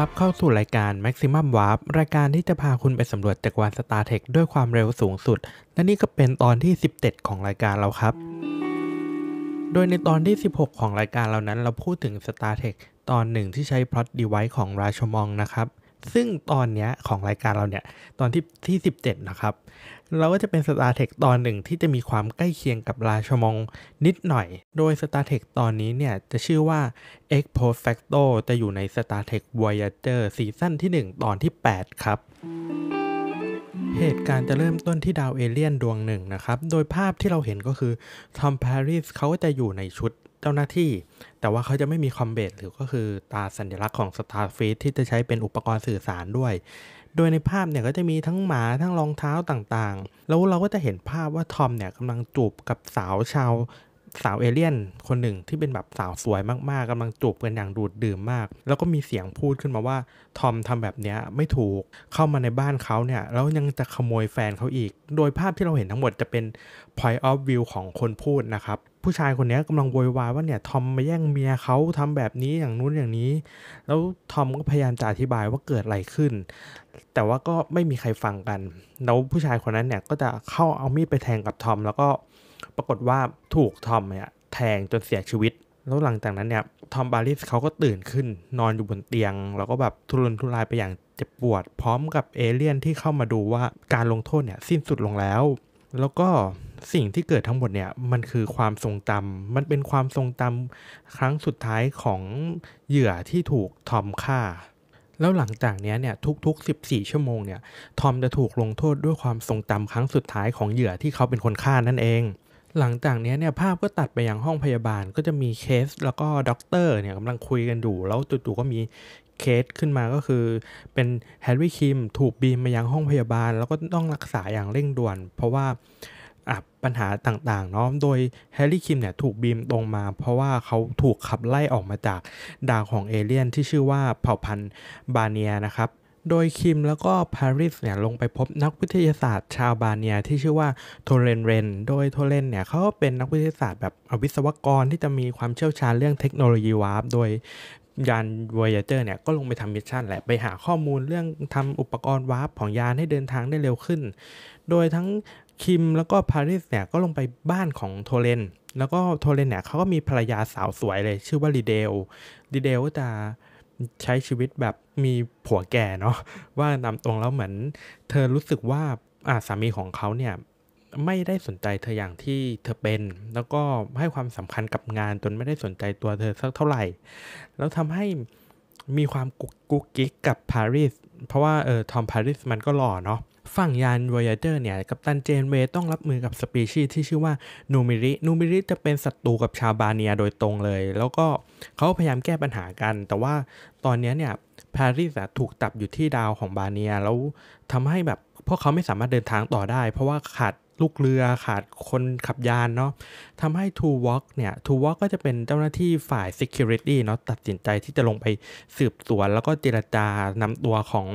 รับเข้าสู่รายการ Maximum Warp รายการที่จะพาคุณไปสำรวจจักรวาล Star Trek ด้วยความเร็วสูงสุดและนี่ก็เป็นตอนที่17ของรายการเราครับโดยในตอนที่16ของรายการเรานั้นเราพูดถึง Star Trek ตอนหนึ่งที่ใช้ Plot Device ของราชมองนะครับซึ่งตอนนี้ของรายการเราเนี่ยตอนที่17นะครับเราก็จะเป็น Star Trek ตอนหนึ่งที่จะมีความใกล้เคียงกับราชมองนิดหน่อยโดย Star Trek ตอนนี้เนี่ยจะชื่อว่า Ex Post Facto จะอยู่ใน Star Trek Voyager ซีซั่นที่1ตอนที่8ครับเหตุการณ์จะเริ่มต้นที่ดาวเอเลี่ยนดวงหนึ่งนะครับโดยภาพที่เราเห็นก็คือทอมแพริสเขาจะอยู่ในชุดเจ้าหน้าที่แต่ว่าเขาจะไม่มีคอมเบทหรือก็คือตาสัญลักษณ์ของ Starfleet ที่จะใช้เป็นอุปกรณ์สื่อสารด้วยโดยในภาพเนี่ยก็จะมีทั้งหมาทั้งรองเท้าต่างๆแล้วเราก็จะเห็นภาพว่าทอมเนี่ยกำลังจูบกับสาวเอเลี่ยนคนหนึ่งที่เป็นแบบสาวสวยมากๆกำลังจูบกันอย่างดูดดื่มมากแล้วก็มีเสียงพูดขึ้นมาว่าทอมทำแบบนี้ไม่ถูกเข้ามาในบ้านเขาเนี่ยแล้วยังจะขโมยแฟนเขาอีกโดยภาพที่เราเห็นทั้งหมดจะเป็น point of view ของคนพูดนะครับผู้ชายคนนี้กำลังโวยวายว่าเนี่ยทอมมาแย่งเมียเขาทำแบบนี้อย่างนู้นอย่างนี้แล้วทอมก็พยายามจะอธิบายว่าเกิดอะไรขึ้นแต่ว่าก็ไม่มีใครฟังกันแล้วผู้ชายคนนั้นเนี่ยก็จะเข้าเอามีดไปแทงกับทอมแล้วก็ปรากฏว่าถูกทอมเนี่ยแทงจนเสียชีวิตแล้วหลังจากนั้นเนี่ยทอมบาริสเขาก็ตื่นขึ้นนอนอยู่บนเตียงแล้วก็แบบทุรนทุรายไปอย่างเจ็บปวดพร้อมกับเอเลี่ยนที่เข้ามาดูว่าการลงโทษเนี่ยสิ้นสุดลงแล้วก็สิ่งที่เกิดทั้งหมดเนี่ยมันคือความทรงจำมันเป็นความทรงจำครั้งสุดท้ายของเหยื่อที่ถูกทอมฆ่าแล้วหลังจากนี้เนี่ยทุกๆ14ชั่วโมงเนี่ยทอมจะถูกลงโทษด้วยความทรงจำครั้งสุดท้ายของเหยื่อที่เขาเป็นคนฆ่านั่นเองหลังจากนี้เนี่ยภาพก็ตัดไปยังห้องพยาบาลก็จะมีเคสแล้วก็ด็อกเตอร์เนี่ยกำลังคุยกันอยู่แล้วจู่ๆก็มีเคสขึ้นมาก็คือเป็นแฮร์รี่คิมถูกบีมมายังห้องพยาบาลแล้วก็ต้องรักษาอย่างเร่งด่วนเพราะว่าปัญหาต่างๆเนาะโดยแฮร์รี่คิมเนี่ยถูกบีมตรงมาเพราะว่าเขาถูกขับไล่ออกมาจากดาวของเอเลี่ยนที่ชื่อว่าเผ่าพันธุ์บาเนียนะครับโดยคิมแล้วก็ปาริสเนี่ยลงไปพบนักวิทยาศาสตร์ชาวบาเนียที่ชื่อว่าโทเรนเรนโดยโทเรนเนี่ยเขาเป็นนักวิทยาศาสตร์แบบวิศวกรที่จะมีความเชี่ยวชาญเรื่องเทคโนโลยีวาร์ปโดยยาน Voyager เนี่ยก็ลงไปทำมิชชั่นแหละไปหาข้อมูลเรื่องทำอุปกรณ์วาร์ปของยานให้เดินทางได้เร็วขึ้นโดยทั้งคิมแล้วก็ปาริสเนี่ยก็ลงไปบ้านของโทเรนแล้วก็โทเรนเนี่ยเขาก็มีภรรยาสาวสวยเลยชื่อว่าลีเดลก็จะใช้ชีวิตแบบมีผัวแก่เนาะว่านำตรงแล้วเหมือนเธอรู้สึกว่าสามีของเขาเนี่ยไม่ได้สนใจเธออย่างที่เธอเป็นแล้วก็ให้ความสำคัญกับงานจนไม่ได้สนใจตัวเธอสักเท่าไหร่แล้วทำให้มีความกุ๊กกิ๊กกับปาริสเพราะว่าทอมปาริสมันก็หล่อเนาะฝั่งยาน Voyager เนี่ยกัปตันเจนเวย์ต้องรับมือกับสปีชีส์ที่ชื่อว่านูมิริจะเป็นศัตรูกับชาวบาเนียโดยตรงเลยแล้วก็เขาพยายามแก้ปัญหากันแต่ว่าตอนนี้เนี่ยปาริสถูกจับอยู่ที่ดาวของบาเนียแล้วทำให้แบบพวกเขาไม่สามารถเดินทางต่อได้เพราะว่าขาดลูกเรือขาดคนขับยานเนาะทำให้ Tuvok ก็จะเป็นเจ้าหน้าที่ฝ่าย Security เนาะตัดสินใจที่จะลงไปสืบสวนแล้วก็เจรจานำตัวของ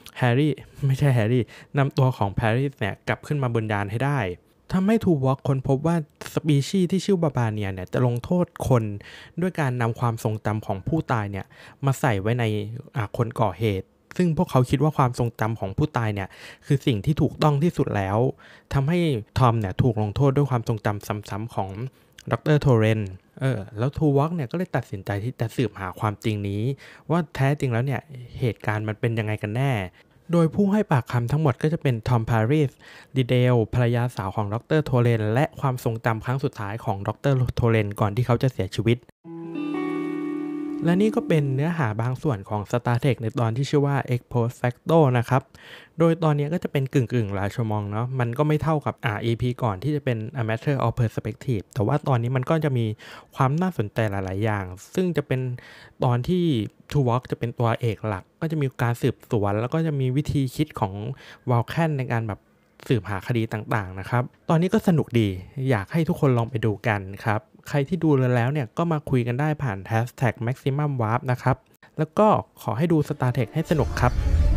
นำตัวของปาริสเนี่ยกลับขึ้นมาบนยานให้ได้ทำให้ทูวอล์กค้นพบว่าสปีชีส์ที่ชื่อบาบาเนียเนี่ยจะลงโทษคนด้วยการนำความทรงจำของผู้ตายเนี่ยมาใส่ไว้ในคนก่อเหตุซึ่งพวกเขาคิดว่าความทรงจำของผู้ตายเนี่ยคือสิ่งที่ถูกต้องที่สุดแล้วทำให้ทอมเนี่ยถูกลงโทษด้วยความทรงจำซ้ำๆของดร.โทเรนแล้วทูวอล์กเนี่ยก็เลยตัดสินใจที่จะสืบหาความจริงนี้ว่าแท้จริงแล้วเนี่ยเหตุการณ์มันเป็นยังไงกันแน่โดยผู้ให้ปากคำทั้งหมดก็จะเป็นทอมปาริสลีเดลภรรยาสาวของดร.โทเรนและความทรงจำครั้งสุดท้ายของดร.โทเรนก่อนที่เขาจะเสียชีวิตและนี่ก็เป็นเนื้อหาบางส่วนของ Star Trek ในตอนที่ชื่อว่า Ex Post Facto นะครับโดยตอนนี้ก็จะเป็นกึ่งราชมองเนาะมันก็ไม่เท่ากับEP ก่อนที่จะเป็น A Matter of Perspective แต่ว่าตอนนี้มันก็จะมีความน่าสนใจหลายๆอย่างซึ่งจะเป็นตอนที่ Tuvok จะเป็นตัวเอกหลักก็จะมีการสืบสวนแล้วก็จะมีวิธีคิดของ Vulcan ในการแบบสืบหาคดีต่างๆนะครับตอนนี้ก็สนุกดีอยากให้ทุกคนลองไปดูกันครับใครที่ดูแล้วเนี่ยก็มาคุยกันได้ผ่าน #maximumwarp นะครับแล้วก็ขอให้ดู Star Trek ให้สนุกครับ